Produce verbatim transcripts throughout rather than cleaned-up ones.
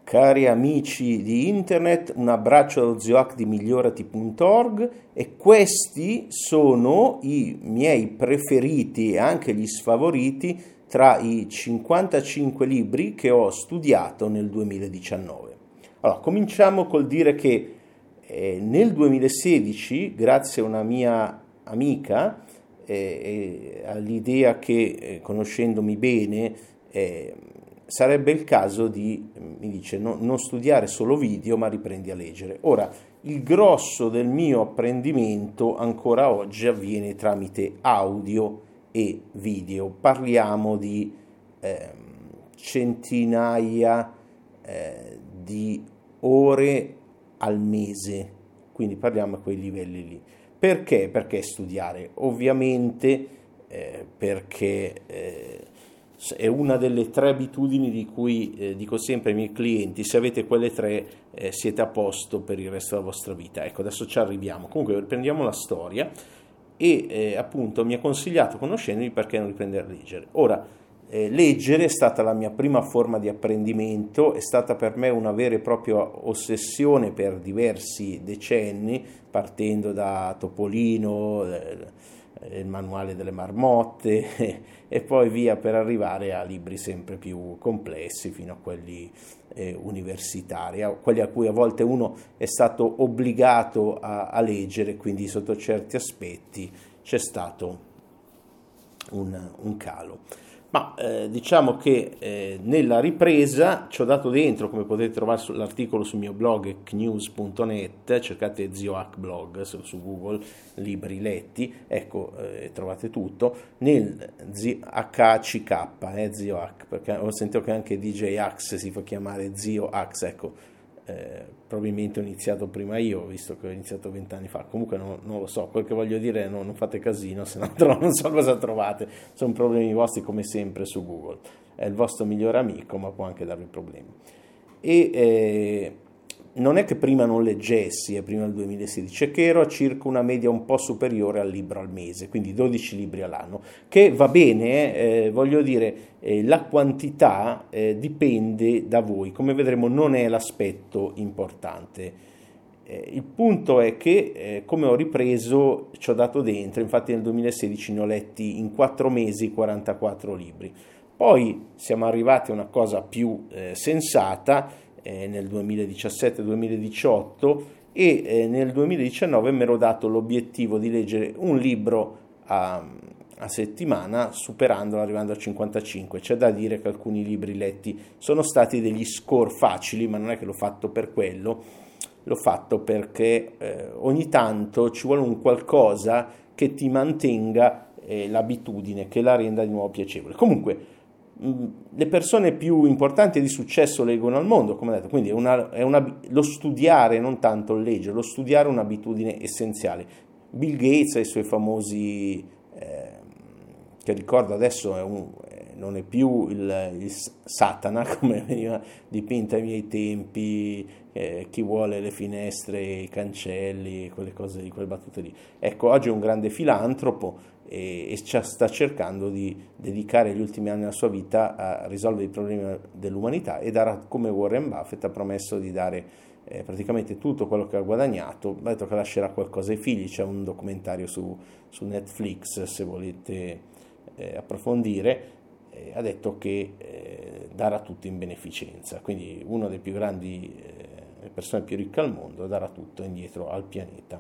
Cari amici di internet, un abbraccio dallo zio Hack di migliorati punto org e questi sono i miei preferiti e anche gli sfavoriti tra i cinquantacinque libri che ho studiato nel duemiladiciannove. Allora, cominciamo col dire che eh, nel duemilasedici, grazie a una mia amica, eh, eh, all'idea che, eh, conoscendomi bene, eh, sarebbe il caso di, mi dice, no, non studiare solo video, ma riprendi a leggere. Ora, il grosso del mio apprendimento ancora oggi avviene tramite audio e video. Parliamo di eh, centinaia eh, di ore al mese, quindi parliamo a quei livelli lì. Perché? Perché studiare? Ovviamente eh, perché... Eh, è una delle tre abitudini di cui eh, dico sempre ai miei clienti: se avete quelle tre eh, siete a posto per il resto della vostra vita. Ecco, adesso ci arriviamo. Comunque riprendiamo la storia e eh, appunto mi ha consigliato, conoscendomi, perché non riprendere a leggere. Ora, eh, leggere è stata la mia prima forma di apprendimento, è stata per me una vera e propria ossessione per diversi decenni, partendo da Topolino, eh, il manuale delle marmotte e poi via per arrivare a libri sempre più complessi fino a quelli eh, universitari, a quelli a cui a volte uno è stato obbligato a, a leggere, quindi sotto certi aspetti c'è stato un, un calo. Ma eh, diciamo che eh, nella ripresa ci ho dato dentro, come potete trovare sull'articolo sul mio blog hack news punto net, cercate Zio Hack Blog su, su Google, libri letti, ecco, eh, trovate tutto, nel H A C K, eh, Zio Hack, perché ho sentito che anche D J Axe si fa chiamare Zio Hack, ecco, eh, probabilmente ho iniziato prima io, visto che ho iniziato vent'anni fa. Comunque no, non lo so, quel che voglio dire è no, non fate casino, se no non so cosa trovate, sono problemi vostri come sempre su Google, è il vostro migliore amico ma può anche darvi problemi. E eh, non è che prima non leggessi, eh, prima del duemilasedici, è che ero a circa una media un po' superiore al libro al mese, quindi dodici libri all'anno, che va bene, eh, voglio dire, eh, la quantità eh, dipende da voi, come vedremo non è l'aspetto importante. Eh, il punto è che, eh, come ho ripreso, ci ho dato dentro, infatti nel duemilasedici ne ho letti in quattro mesi quarantaquattro libri. Poi siamo arrivati a una cosa più eh, sensata, nel duemiladiciassette duemiladiciotto e eh, nel duemiladiciannove mi ero dato l'obiettivo di leggere un libro a, a settimana, superandolo, arrivando a cinquantacinque. C'è da dire che alcuni libri letti sono stati degli score facili, ma non è che l'ho fatto per quello, l'ho fatto perché eh, ogni tanto ci vuole un qualcosa che ti mantenga eh, l'abitudine, che la renda di nuovo piacevole. Comunque, le persone più importanti e di successo leggono al mondo, come ho detto, quindi è una, è una, lo studiare, non tanto il leggere, lo studiare è un'abitudine essenziale. Bill Gates ha i suoi famosi, eh, che ricordo adesso è un, eh, non è più il, il Satana come veniva dipinta ai miei tempi, eh, chi vuole le finestre, i cancelli, quelle cose, quelle battute lì. Ecco, oggi è un grande filantropo e, e sta cercando di dedicare gli ultimi anni della sua vita a risolvere i problemi dell'umanità e darà, come Warren Buffett ha promesso di dare eh, praticamente tutto quello che ha guadagnato, ha detto che lascerà qualcosa ai figli. C'è un documentario su, su Netflix se volete eh, approfondire, eh, ha detto che eh, darà tutto in beneficenza, quindi uno dei più grandi eh, persone più ricche al mondo darà tutto indietro al pianeta.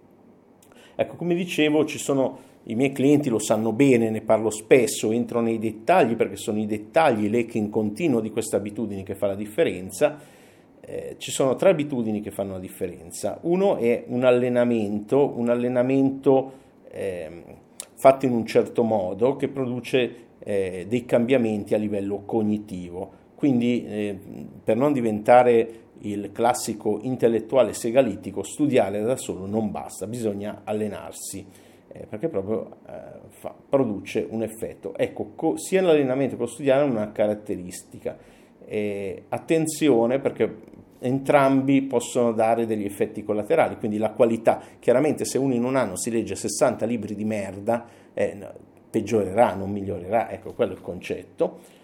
Ecco, come dicevo, ci sono i miei clienti, lo sanno bene, ne parlo spesso, entro nei dettagli perché sono i dettagli, l'hacking continuo di queste abitudini che fa la differenza. Eh, ci sono tre abitudini che fanno la differenza. Uno è un allenamento, un allenamento eh, fatto in un certo modo che produce eh, dei cambiamenti a livello cognitivo. Quindi eh, per non diventare il classico intellettuale segalitico, studiare da solo non basta, bisogna allenarsi. Eh, perché proprio eh, fa, produce un effetto. Ecco, co- sia l'allenamento che lo studiare hanno una caratteristica. Eh, attenzione, perché entrambi possono dare degli effetti collaterali, quindi la qualità. Chiaramente se uno in un anno si legge sessanta libri di merda, eh, peggiorerà, non migliorerà, ecco, quello è il concetto.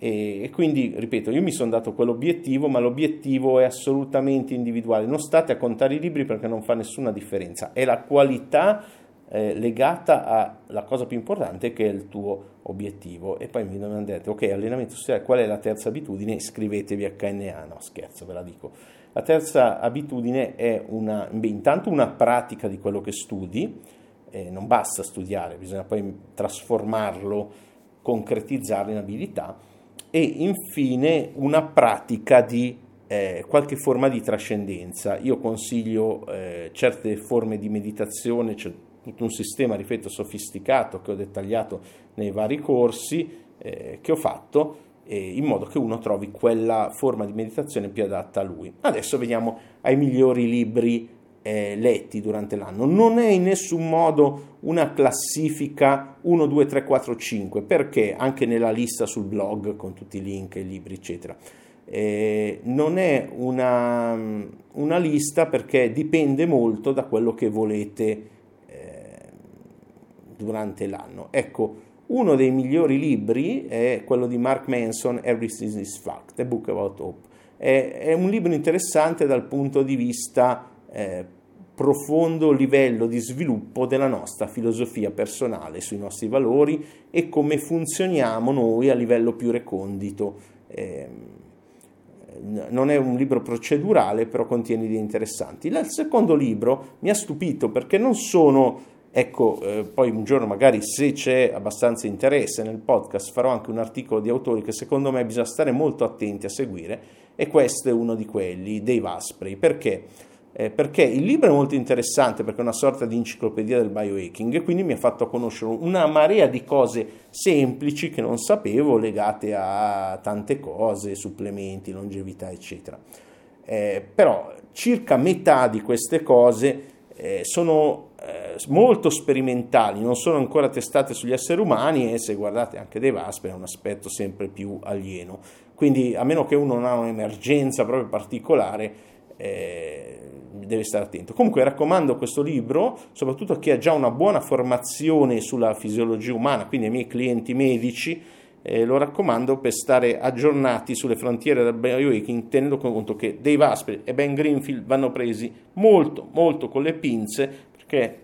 E, e quindi, ripeto, io mi sono dato quell'obiettivo, ma l'obiettivo è assolutamente individuale. Non state a contare i libri perché non fa nessuna differenza. È la qualità eh, legata alla cosa più importante, che è il tuo obiettivo. E poi mi domandate, ok, allenamento studiare, qual è la terza abitudine? Iscrivetevi a K N A. No, scherzo, ve la dico. La terza abitudine è una, beh, intanto una pratica di quello che studi. Eh, non basta studiare, bisogna poi trasformarlo, concretizzarlo in abilità. E infine una pratica di eh, qualche forma di trascendenza. Io consiglio eh, certe forme di meditazione, c'è tutto un sistema, ripeto, sofisticato che ho dettagliato nei vari corsi eh, che ho fatto, eh, in modo che uno trovi quella forma di meditazione più adatta a lui. Adesso veniamo ai migliori libri Eh, letti durante l'anno. Non è in nessun modo una classifica uno, due, tre, quattro, cinque, perché anche nella lista sul blog con tutti i link, i libri eccetera, eh, non è una, una lista, perché dipende molto da quello che volete eh, durante l'anno. Ecco, uno dei migliori libri è quello di Mark Manson, Everything is Fact, A Book About Hope. È, è un libro interessante dal punto di vista Eh, profondo livello di sviluppo della nostra filosofia personale sui nostri valori e come funzioniamo noi a livello più recondito. Eh, non è un libro procedurale, però contiene idee interessanti. Il secondo libro mi ha stupito perché non sono, ecco, eh, poi un giorno magari, se c'è abbastanza interesse nel podcast, farò anche un articolo di autori che secondo me bisogna stare molto attenti a seguire, e questo è uno di quelli, Dave Asprey. Perché? Eh, perché il libro è molto interessante, perché è una sorta di enciclopedia del biohacking, e quindi mi ha fatto conoscere una marea di cose semplici che non sapevo, legate a tante cose, supplementi, longevità eccetera. Eh, però circa metà di queste cose eh, sono eh, molto sperimentali, non sono ancora testate sugli esseri umani, e se guardate anche Dave Asprey è un aspetto sempre più alieno, quindi a meno che uno non ha un'emergenza proprio particolare eh, deve stare attento. Comunque raccomando questo libro soprattutto a chi ha già una buona formazione sulla fisiologia umana, quindi ai miei clienti medici. Eh, lo raccomando per stare aggiornati sulle frontiere del biohacking, tenendo conto che Dave Asprey e Ben Greenfield vanno presi molto molto con le pinze, perché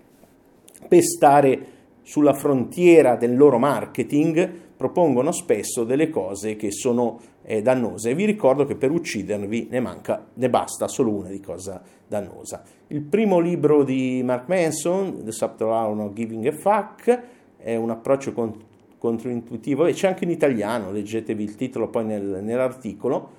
per stare sulla frontiera del loro marketing propongono spesso delle cose che sono eh, dannose, e vi ricordo che per uccidervi ne manca, ne basta solo una di cosa dannosa. Il primo libro di Mark Manson, The Subtle Art of Giving a Fuck, è un approccio con, controintuitivo, e c'è anche in italiano, leggetevi il titolo poi nel, nell'articolo,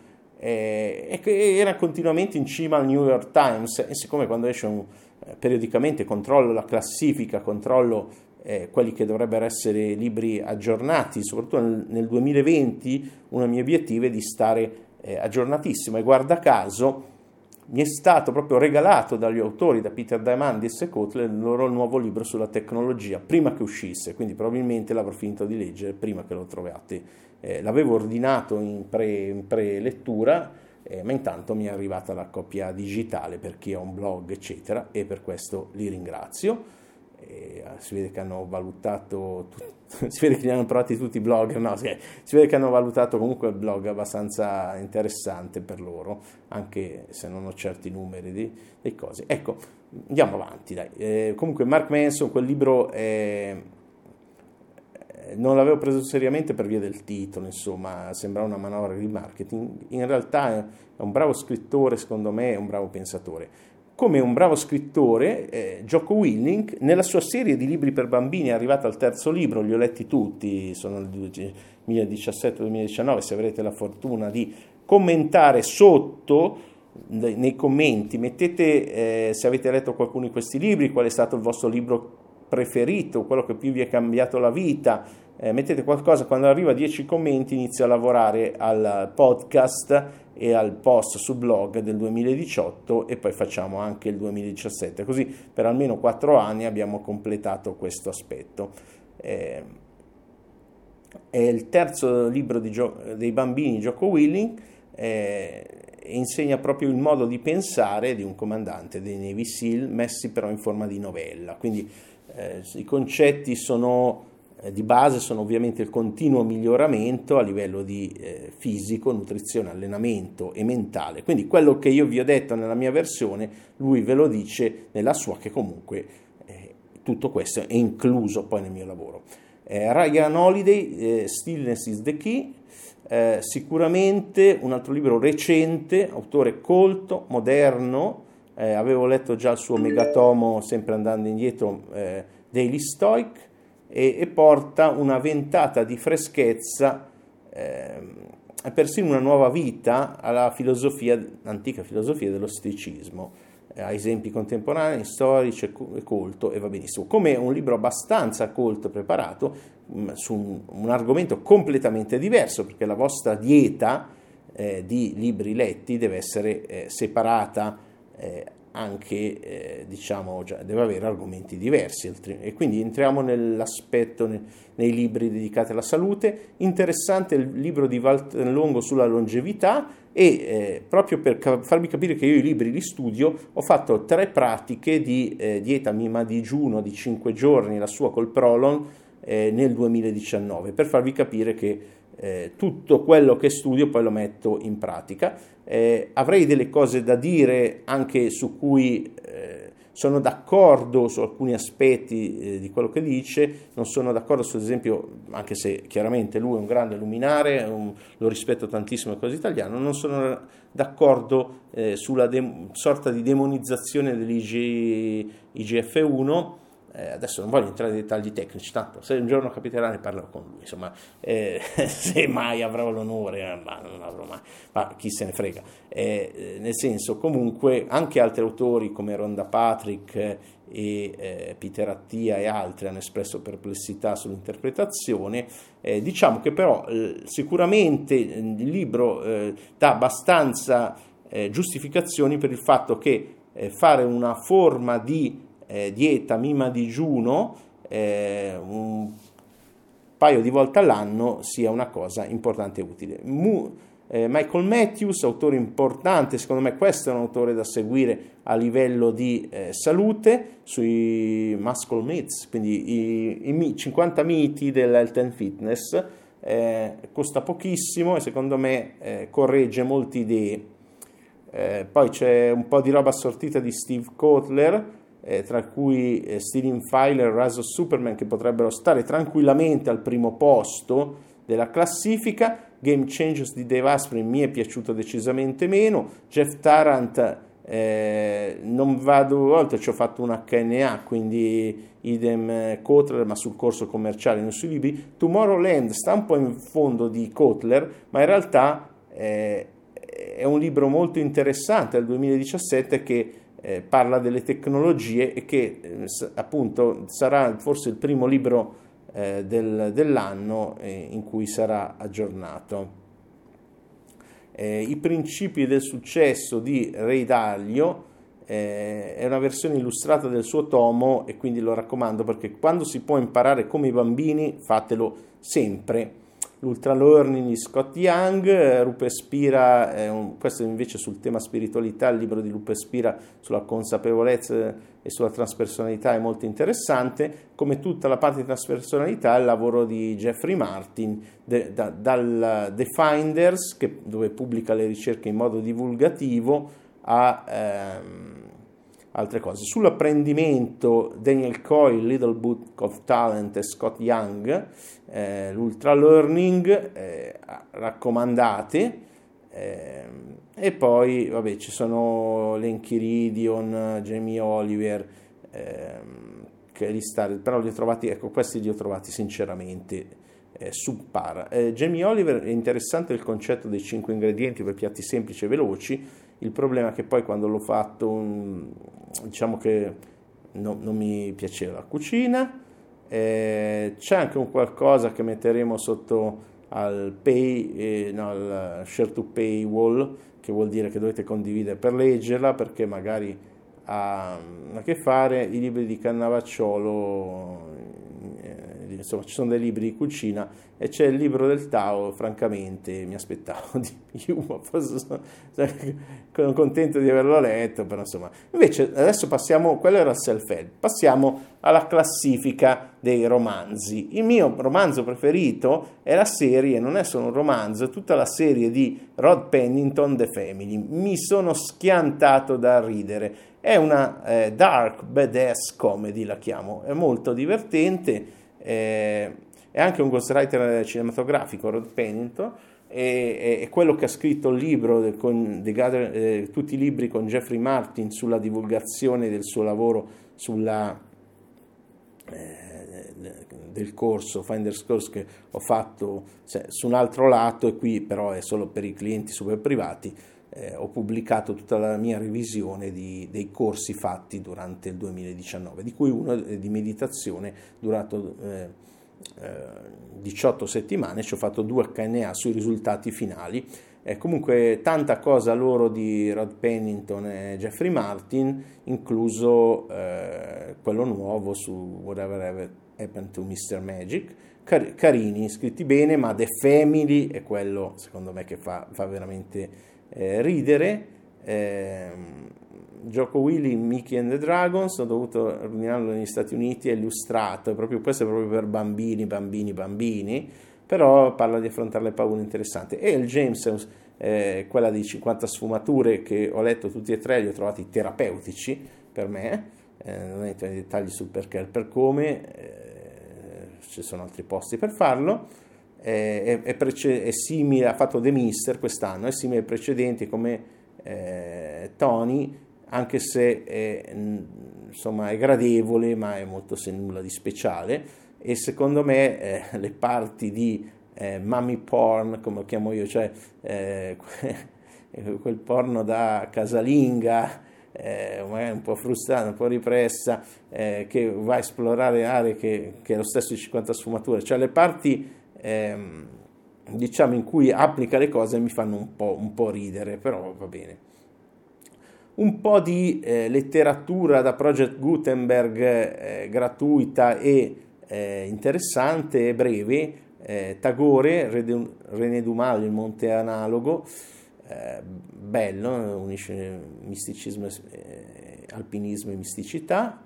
eh, e che era continuamente in cima al New York Times, e siccome quando esce un, eh, periodicamente controllo la classifica, controllo Eh, quelli che dovrebbero essere libri aggiornati, soprattutto nel, nel duemilaventi, uno dei miei obiettivi è di stare eh, aggiornatissimo, e guarda caso mi è stato proprio regalato dagli autori, da Peter Diamandis e Kotler, il loro nuovo libro sulla tecnologia, prima che uscisse, quindi probabilmente l'avrò finito di leggere prima che lo trovate. Eh, l'avevo ordinato in, pre, in pre-lettura, eh, ma intanto mi è arrivata la copia digitale per chi ha un blog eccetera, e per questo li ringrazio. E si vede che hanno valutato si vede che li hanno provati tutti i blogger, no, si vede che hanno valutato comunque il blog abbastanza interessante per loro, anche se non ho certi numeri di, di cose. Ecco, andiamo avanti, dai. Eh, comunque Mark Manson, quel libro è, non l'avevo preso seriamente per via del titolo, insomma, sembrava una manovra di marketing. In realtà è un bravo scrittore, secondo me è un bravo pensatore. Come un bravo scrittore, eh, Jocko Willink, nella sua serie di libri per bambini, è arrivato al terzo libro, li ho letti tutti, sono nel duemiladiciassette duemiladiciannove, se avrete la fortuna di commentare sotto, nei commenti, mettete eh, se avete letto qualcuno di questi libri, qual è stato il vostro libro preferito, quello che più vi è cambiato la vita, eh, mettete qualcosa, quando arriva a dieci commenti inizio a lavorare al podcast e al post sul blog del duemiladiciotto, e poi facciamo anche il duemiladiciassette, così per almeno quattro anni abbiamo completato questo aspetto. Eh, è il terzo libro di Gio- dei bambini, Jocko Willink, eh, insegna proprio il modo di pensare di un comandante dei Navy SEAL, messi però in forma di novella, quindi eh, i concetti sono eh, di base sono ovviamente il continuo miglioramento a livello di eh, fisico, nutrizione, allenamento e mentale. Quindi quello che io vi ho detto nella mia versione, lui ve lo dice nella sua, che comunque eh, tutto questo è incluso poi nel mio lavoro. Eh, Ryan Holiday, eh, Stillness is the Key, eh, sicuramente un altro libro recente, autore colto, moderno, eh, avevo letto già il suo megatomo, sempre andando indietro, eh, Daily Stoic, e, e porta una ventata di freschezza eh, e persino una nuova vita alla filosofia, antica filosofia dello stoicismo, a esempi contemporanei, storici e colto, e va benissimo. Come un libro abbastanza colto e preparato mh, su un, un argomento completamente diverso, perché la vostra dieta eh, di libri letti deve essere eh, separata eh, anche, eh, diciamo, già, deve avere argomenti diversi, e quindi entriamo nell'aspetto, nei, nei libri dedicati alla salute. Interessante il libro di Walter Longo sulla longevità, e eh, proprio per ca- farvi capire che io i libri li studio, ho fatto tre pratiche di eh, dieta mima digiuno di cinque giorni, la sua col Prolon, eh, nel duemiladiciannove, per farvi capire che eh, tutto quello che studio poi lo metto in pratica. Eh, avrei delle cose da dire anche su cui eh, sono d'accordo su alcuni aspetti eh, di quello che dice, non sono d'accordo su, ad esempio, anche se chiaramente lui è un grande luminare, un, lo rispetto tantissimo al Cosa Italiano, non sono d'accordo eh, sulla de- sorta di demonizzazione dell'I G F uno. Eh, adesso non voglio entrare nei dettagli tecnici, tanto se un giorno capiterà ne parlerò con lui, insomma, eh, se mai avrò l'onore, eh, ma non avrò mai, ma chi se ne frega, eh, nel senso, comunque anche altri autori come Rhonda Patrick eh, e eh, Peter Attia e altri hanno espresso perplessità sull'interpretazione. Eh, diciamo che però eh, sicuramente il libro eh, dà abbastanza eh, giustificazioni per il fatto che eh, fare una forma di Eh, dieta mima digiuno eh, un paio di volte all'anno sia una cosa importante e utile. Mu, eh, Michael Matthews, autore importante, secondo me questo è un autore da seguire a livello di eh, salute, sui muscle myths, quindi i, i cinquanta miti dell'health and fitness, eh, costa pochissimo e secondo me eh, corregge molte idee. Eh, poi c'è un po' di roba assortita di Steve Kotler, Eh, tra cui eh, Stealing File e Rise of Superman, che potrebbero stare tranquillamente al primo posto della classifica. Game Changers di Dave Asprey mi è piaciuto decisamente meno. Jeff Tarrant eh, non vado oltre, ci ho fatto un H N A, quindi idem eh, Kotler, ma sul corso commerciale, non sui libri. Tomorrowland sta un po' in fondo di Kotler, ma in realtà eh, è un libro molto interessante del duemiladiciassette che Eh, parla delle tecnologie e che eh, appunto sarà forse il primo libro eh, del, dell'anno eh, in cui sarà aggiornato. Eh, I principi del successo di Ray Dalio eh, è una versione illustrata del suo tomo, e quindi lo raccomando, perché quando si può imparare come i bambini fatelo sempre. L'Ultra Learning di Scott Young, Rupert Spira, è un, questo invece sul tema spiritualità, il libro di Rupert Spira sulla consapevolezza e sulla transpersonalità è molto interessante. Come tutta la parte di transpersonalità, il lavoro di Jeffrey Martin, de, da, dal The Finders, che, dove pubblica le ricerche in modo divulgativo, a ehm, altre cose. Sull'apprendimento, Daniel Coyle, Little Book of Talent e Scott Young, eh, l'Ultra Learning, eh, raccomandate, eh, e poi vabbè ci sono l'Enchiridion, Jamie Oliver, eh, che li sta, però li ho trovati, ecco, questi li ho trovati sinceramente eh, subpar. Eh, Jamie Oliver è interessante il concetto dei cinque ingredienti per piatti semplici e veloci. Il problema è che poi quando l'ho fatto, um, diciamo che no, non mi piaceva la cucina. Eh, c'è anche un qualcosa che metteremo sotto al pay, eh, no, al share to pay wall, che vuol dire che dovete condividere per leggerla, perché magari ha a che fare i libri di Cannavacciolo, eh, insomma ci sono dei libri di cucina e c'è il libro del Tao, francamente mi aspettavo di più, ma forse sono, sono contento di averlo letto, però insomma. Invece adesso passiamo, quello era il self-help, passiamo alla classifica dei romanzi. Il mio romanzo preferito è la serie, non è solo un romanzo, è tutta la serie di Rod Pennington, The Family. Mi sono schiantato da ridere. È una eh, dark badass comedy, la chiamo, è molto divertente, eh, è anche un ghostwriter cinematografico, Rod Pennington, è, è quello che ha scritto il libro, con The Gather, eh, tutti i libri con Jeffrey Martin sulla divulgazione del suo lavoro sulla, eh, del corso, Finder's Course, che ho fatto cioè, su un altro lato, e qui però è solo per i clienti super privati. Eh, ho pubblicato tutta la mia revisione di, dei corsi fatti durante il duemiladiciannove, di cui uno è di meditazione durato eh, eh, diciotto settimane, ci ho fatto due acca enne a sui risultati finali. Eh, comunque tanta cosa loro di Rod Pennington e Jeffrey Martin, incluso eh, quello nuovo su Whatever Happened to mister Magic, Car- carini, scritti bene, ma The Family è quello secondo me che fa, fa veramente Eh, ridere. eh, Gioco Willy, Mickey and the Dragons, ho dovuto ordinarlo negli Stati Uniti, è illustrato, è proprio, questo è proprio per bambini, bambini, bambini, però parla di affrontare le paure, interessante. E il James, eh, quella di cinquanta sfumature, che ho letto tutti e tre, li ho trovati terapeutici per me, eh, non entro nei dettagli sul perché e per come, eh, ci sono altri posti per farlo. È, è, prece- è simile, ha fatto The Mister quest'anno, è simile ai precedenti come eh, Tony, anche se è, insomma, è gradevole, ma è molto se nulla di speciale, e secondo me eh, le parti di eh, mommy porn, come lo chiamo io, cioè eh, quel porno da casalinga, eh, magari un po' frustrata, un po' ripressa, eh, che va a esplorare aree che, che è lo stesso di cinquanta sfumature, cioè le parti Eh, diciamo in cui applica le cose mi fanno un po', un po' ridere, però va bene. Un po' di eh, letteratura da Project Gutenberg, eh, gratuita e eh, interessante e breve. eh, Tagore, René Dumas, Il Monte Analogo, eh, bello, unisce misticismo, eh, alpinismo e misticità.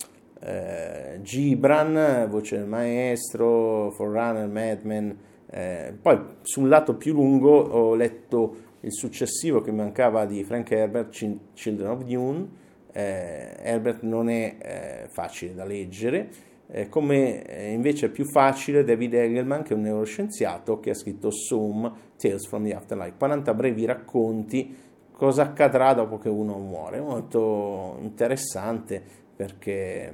Uh, Gibran, Voce del Maestro, Forerunner, Mad Men. Eh, poi sul lato più lungo ho letto il successivo che mi mancava di Frank Herbert, Children of Dune. eh, Herbert non è eh, facile da leggere, eh, come eh, invece è più facile David Eagleman, che è un neuroscienziato che ha scritto Soom, Tales from the Afterlife, quaranta brevi racconti cosa accadrà dopo che uno muore, molto interessante, perché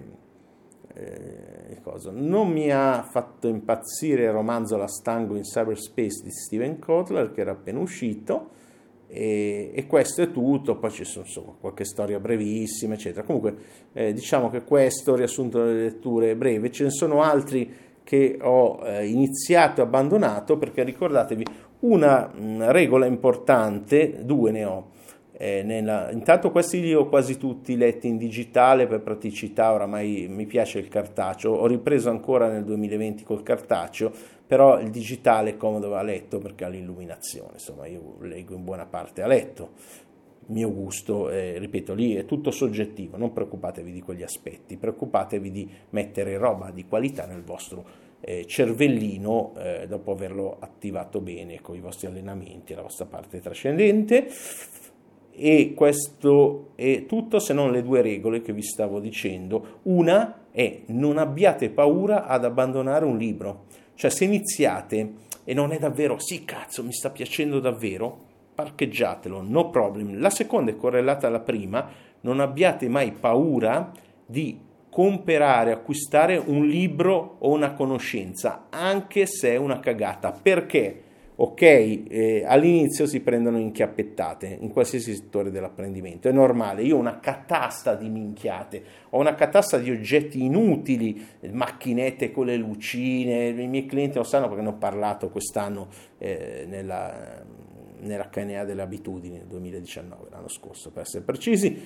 eh, cosa. Non mi ha fatto impazzire il romanzo La Stango in Cyberspace di Steven Kotler, che era appena uscito, e, e questo è tutto. Poi ci sono insomma qualche storia brevissima eccetera. Comunque eh, diciamo che questo riassunto delle letture breve. Ce ne sono altri che ho eh, iniziato e abbandonato, perché ricordatevi una mh, regola importante, due ne ho. Eh, nella, intanto questi li ho quasi tutti letti in digitale per praticità, oramai mi piace il cartaceo, ho ripreso ancora nel duemilaventi col cartaceo, però il digitale è comodo va letto perché ha l'illuminazione, insomma io leggo in buona parte a letto, mio gusto, eh, ripeto, lì è tutto soggettivo, non preoccupatevi di quegli aspetti, preoccupatevi di mettere roba di qualità nel vostro eh, cervellino eh, dopo averlo attivato bene con i vostri allenamenti e la vostra parte trascendente. E questo è tutto, se non le due regole che vi stavo dicendo. Una è: non abbiate paura ad abbandonare un libro, cioè se iniziate e non è davvero, sì cazzo mi sta piacendo davvero, parcheggiatelo, no problem. La seconda è correlata alla prima: non abbiate mai paura di comprare, acquistare un libro o una conoscenza, anche se è una cagata. Perché? Ok, eh, all'inizio si prendono inchiappettate in qualsiasi settore dell'apprendimento, è normale. Io ho una catasta di minchiate, ho una catasta di oggetti inutili, macchinette con le lucine, i miei clienti lo sanno perché ne ho parlato quest'anno eh, nella, nell'acca enne a delle abitudini, nel duemiladiciannove, l'anno scorso per essere precisi.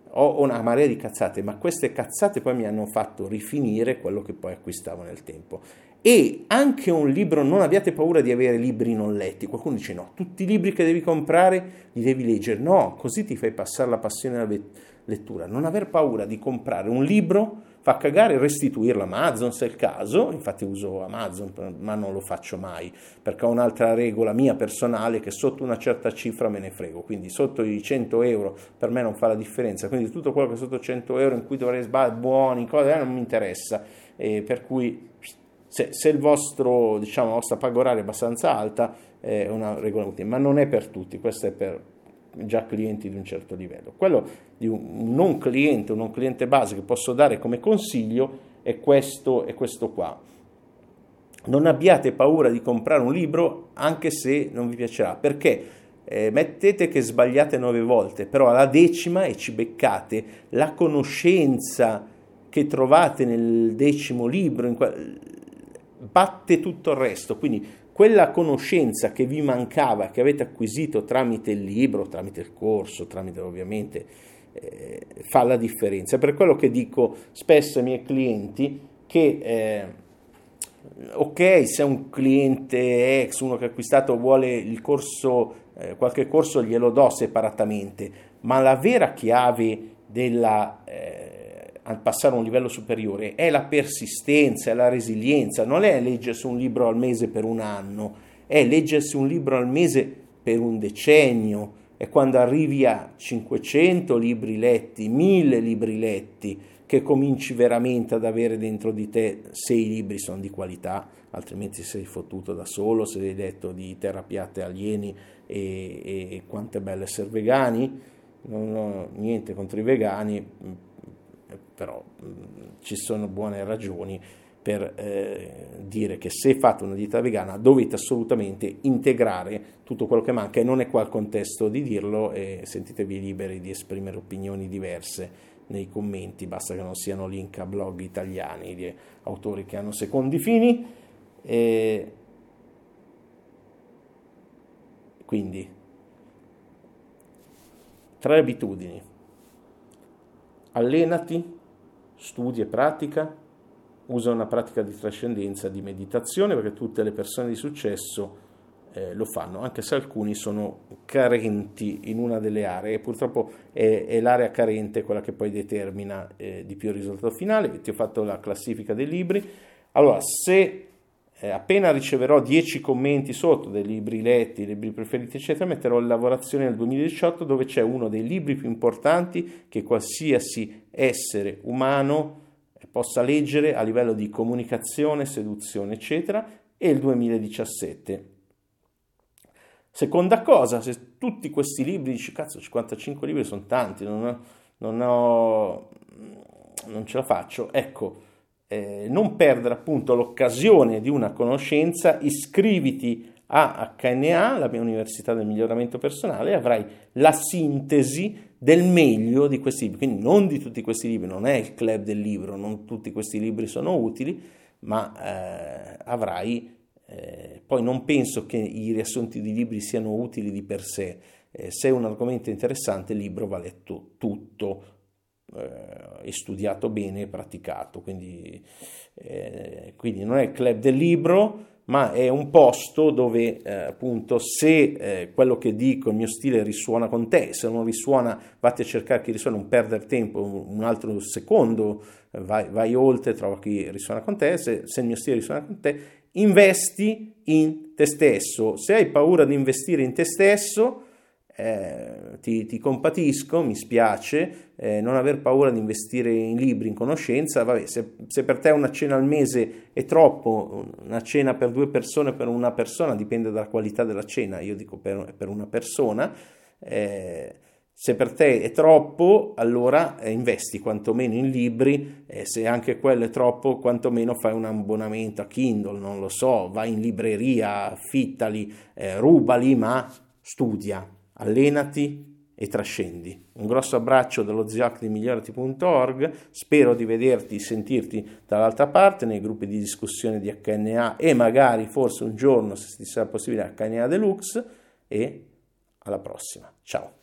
ho una marea di cazzate, ma queste cazzate poi mi hanno fatto rifinire quello che poi acquistavo nel tempo. E anche un libro, non abbiate paura di avere libri non letti. Qualcuno dice no, tutti i libri che devi comprare li devi leggere. No, così ti fai passare la passione alla lettura. Non aver paura di comprare un libro, fa cagare, restituirlo a Amazon se è il caso. Infatti uso Amazon, ma non lo faccio mai, perché ho un'altra regola mia personale, che sotto una certa cifra me ne frego. Quindi sotto i cento euro per me non fa la differenza. Quindi tutto quello che è sotto cento euro in cui dovrei sbagliare, buoni, cose, non mi interessa. E per cui Se, se il vostro, diciamo, la vostra paga oraria è abbastanza alta, è una regola utile, ma non è per tutti, questo è per già clienti di un certo livello. Quello di un non cliente, un non cliente base che posso dare come consiglio è questo, è questo qua. Non abbiate paura di comprare un libro anche se non vi piacerà, perché eh, mettete che sbagliate nove volte, però alla decima e ci beccate la conoscenza che trovate nel decimo libro, in que- batte tutto il resto. Quindi quella conoscenza che vi mancava, che avete acquisito tramite il libro, tramite il corso, tramite ovviamente, eh, fa la differenza. È per quello che dico spesso ai miei clienti che eh, ok, se un cliente ex, uno che ha acquistato, vuole il corso, eh, qualche corso glielo do separatamente, ma la vera chiave della eh, al passare a un livello superiore è la persistenza, è la resilienza. Non è leggersi un libro al mese per un anno, è leggersi un libro al mese per un decennio. È quando arrivi a cinquecento libri letti, mille libri letti, che cominci veramente ad avere dentro di te, se i libri sono di qualità, altrimenti sei fottuto da solo, se hai letto di Terapiate alieni e, e Quanto è bello essere vegani. Non ho niente contro i vegani, però mh, ci sono buone ragioni per eh, dire che se fate una dieta vegana dovete assolutamente integrare tutto quello che manca, e non è qua il contesto di dirlo, e sentitevi liberi di esprimere opinioni diverse nei commenti, basta che non siano link a blog italiani di autori che hanno secondi fini. E quindi tre abitudini: allenati, studi e pratica, usa una pratica di trascendenza, di meditazione, perché tutte le persone di successo eh, lo fanno, anche se alcuni sono carenti in una delle aree, e purtroppo è, è l'area carente quella che poi determina eh, di più il risultato finale. Ti ho fatto la classifica dei libri. Allora, se eh, appena riceverò dieci commenti sotto dei libri letti, libri preferiti eccetera, metterò in lavorazione nel duemiladiciotto, dove c'è uno dei libri più importanti che qualsiasi essere umano possa leggere a livello di comunicazione, seduzione eccetera, e il duemiladiciassette. Seconda cosa, se tutti questi libri, dici cazzo, cinquantacinque libri sono tanti, non, ho, non, ho, non ce la faccio, ecco, eh, non perdere appunto l'occasione di una conoscenza, iscriviti a H N A, la mia università del miglioramento personale, e avrai la sintesi del meglio di questi libri, quindi non di tutti questi libri, non è il club del libro, non tutti questi libri sono utili, ma eh, avrai, eh, poi non penso che i riassunti di libri siano utili di per sé, eh, se è un argomento interessante il libro va letto tutto, eh, e studiato bene e praticato, quindi, eh, quindi non è il club del libro, ma è un posto dove eh, appunto se eh, quello che dico, il mio stile risuona con te, se non risuona vatti a cercare chi risuona, non perdere tempo, un altro secondo, vai, vai oltre, trova chi risuona con te, se, se il mio stile risuona con te, investi in te stesso. Se hai paura di investire in te stesso, Eh, ti, ti compatisco, mi spiace, eh, non aver paura di investire in libri, in conoscenza. Vabbè, se, se per te una cena al mese è troppo, una cena per due persone, per una persona, dipende dalla qualità della cena, io dico per, per una persona, eh, se per te è troppo, allora eh, investi quantomeno in libri, eh, se anche quello è troppo, quantomeno fai un abbonamento a Kindle, non lo so, vai in libreria, affittali, eh, rubali, ma studia, allenati e trascendi. Un grosso abbraccio dallo Ziac di migliorati punto org, spero di vederti, sentirti dall'altra parte nei gruppi di discussione di H N A e magari forse un giorno, se ti sarà possibile, H N A Deluxe, e alla prossima. Ciao.